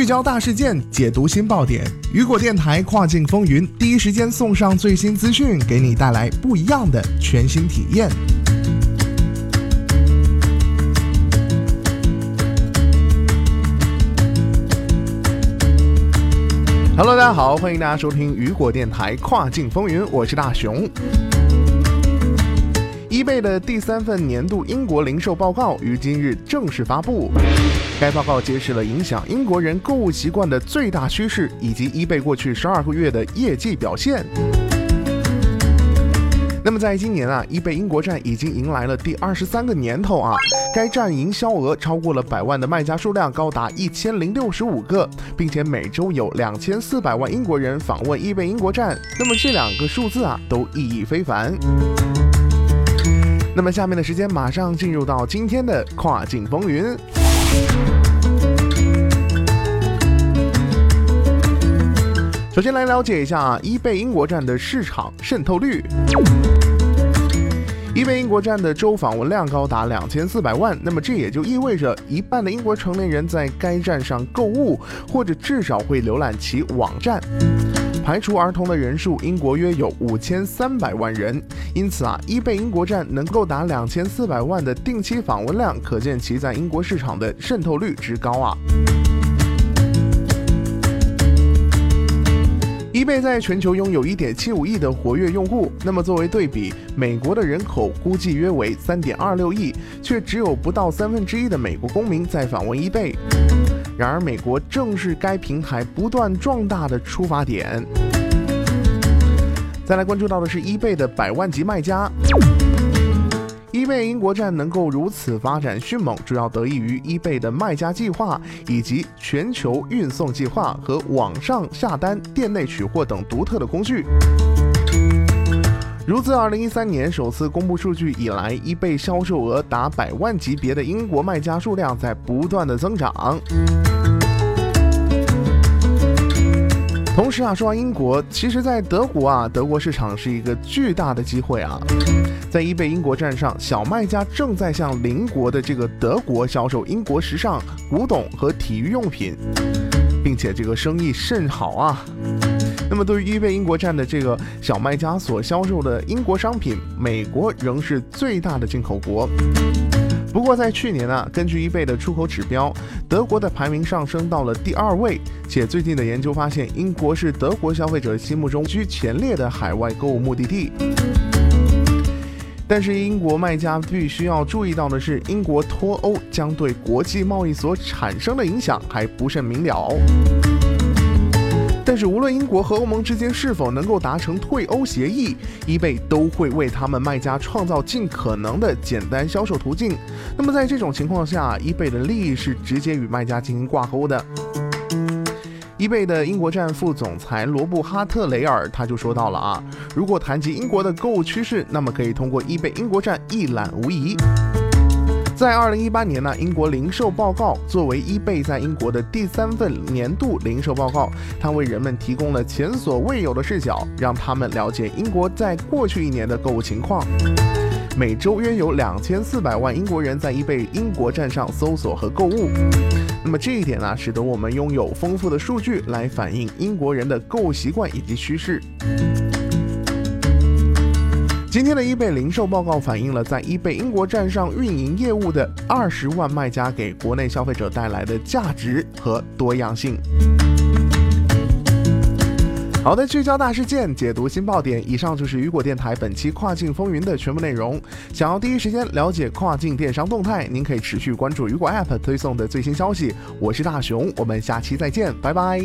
焦大事件，解读新爆点。雨果电台跨境风云，第一时间送上最新资讯，给你带来不一样的全新体验。Hello， 大家好，欢迎大家收听雨果电台跨境风云，我是大熊。eBay 的第3份年度英国零售报告于今日正式发布。该报告揭示了影响英国人购物习惯的最大趋势，以及eBay过去12个月的业绩表现。那么在今年eBay 英国站已经迎来了第23个年头该站营销额超过了100万的卖家数量高达1065个，并且每周有2400万英国人访问eBay 英国站。那么这2个数字都意义非凡。那么下面的时间马上进入到今天的跨境风云。首先来了解一下eBay 英国站的市场渗透率。eBay 英国站的周访问量高达2400万，那么这也就意味着1半的英国成年人在该站上购物，或者至少会浏览其网站。排除儿童的人数，英国约有5300万人，因此eBay 英国站能够达2400万的定期访问量，可见其在英国市场的渗透率之高eBay 在全球拥有 1.75 亿的活跃用户，那么作为对比，美国的人口估计约为 3.26 亿，却只有不到1/3的美国公民在访问eBay。然而美国正是该平台不断壮大的出发点。再来关注到的是eBay 的100万级卖家。eBay 英国站能够如此发展迅猛，主要得益于eBay 的卖家计划，以及全球运送计划和网上下单、店内取货等独特的工具。如自2013年首次公布数据以来，eBay 销售额达100万级别的英国卖家数量在不断的增长。同时说完英国，其实在德国德国市场是一个巨大的机会在eBay 英国站上，小卖家正在向邻国的这个德国销售英国时尚、古董和体育用品，并且这个生意甚好那么对于eBay 英国站的这个小卖家所销售的英国商品，美国仍是最大的进口国。不过在去年根据eBay的出口指标，德国的排名上升到了第2位，且最近的研究发现，英国是德国消费者心目中居前列的海外购物目的地。但是英国卖家必须要注意到的是，英国脱欧将对国际贸易所产生的影响还不甚明了。但是无论英国和欧盟之间是否能够达成退欧协议，eBay 都会为他们卖家创造尽可能的简单销售途径。那么在这种情况下，eBay 的利益是直接与卖家进行挂钩的。eBay 的英国站副总裁罗布哈特雷尔他就说到了如果谈及英国的购物趋势，那么可以通过eBay 英国站一览无遗。在2018年英国零售报告作为eBay在英国的第3份年度零售报告，它为人们提供了前所未有的视角，让他们了解英国在过去1年的购物情况。每周约有2400万英国人在eBay英国站上搜索和购物。那么这一点使得我们拥有丰富的数据来反映英国人的购物习惯以及趋势。今天的eBay零售报告反映了在eBay英国站上运营业务的20万卖家给国内消费者带来的价值和多样性。好的，聚焦大事件，解读新爆点，以上就是雨果电台本期跨境风云的全部内容。想要第一时间了解跨境电商动态，您可以持续关注雨果 App 推送的最新消息。我是大熊，我们下期再见，拜拜。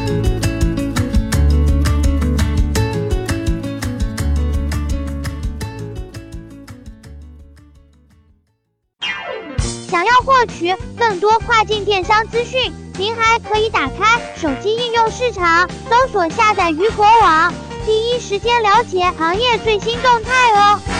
想要获取更多跨境电商资讯，您还可以打开手机应用市场，搜索下载雨果网，第一时间了解行业最新动态哦。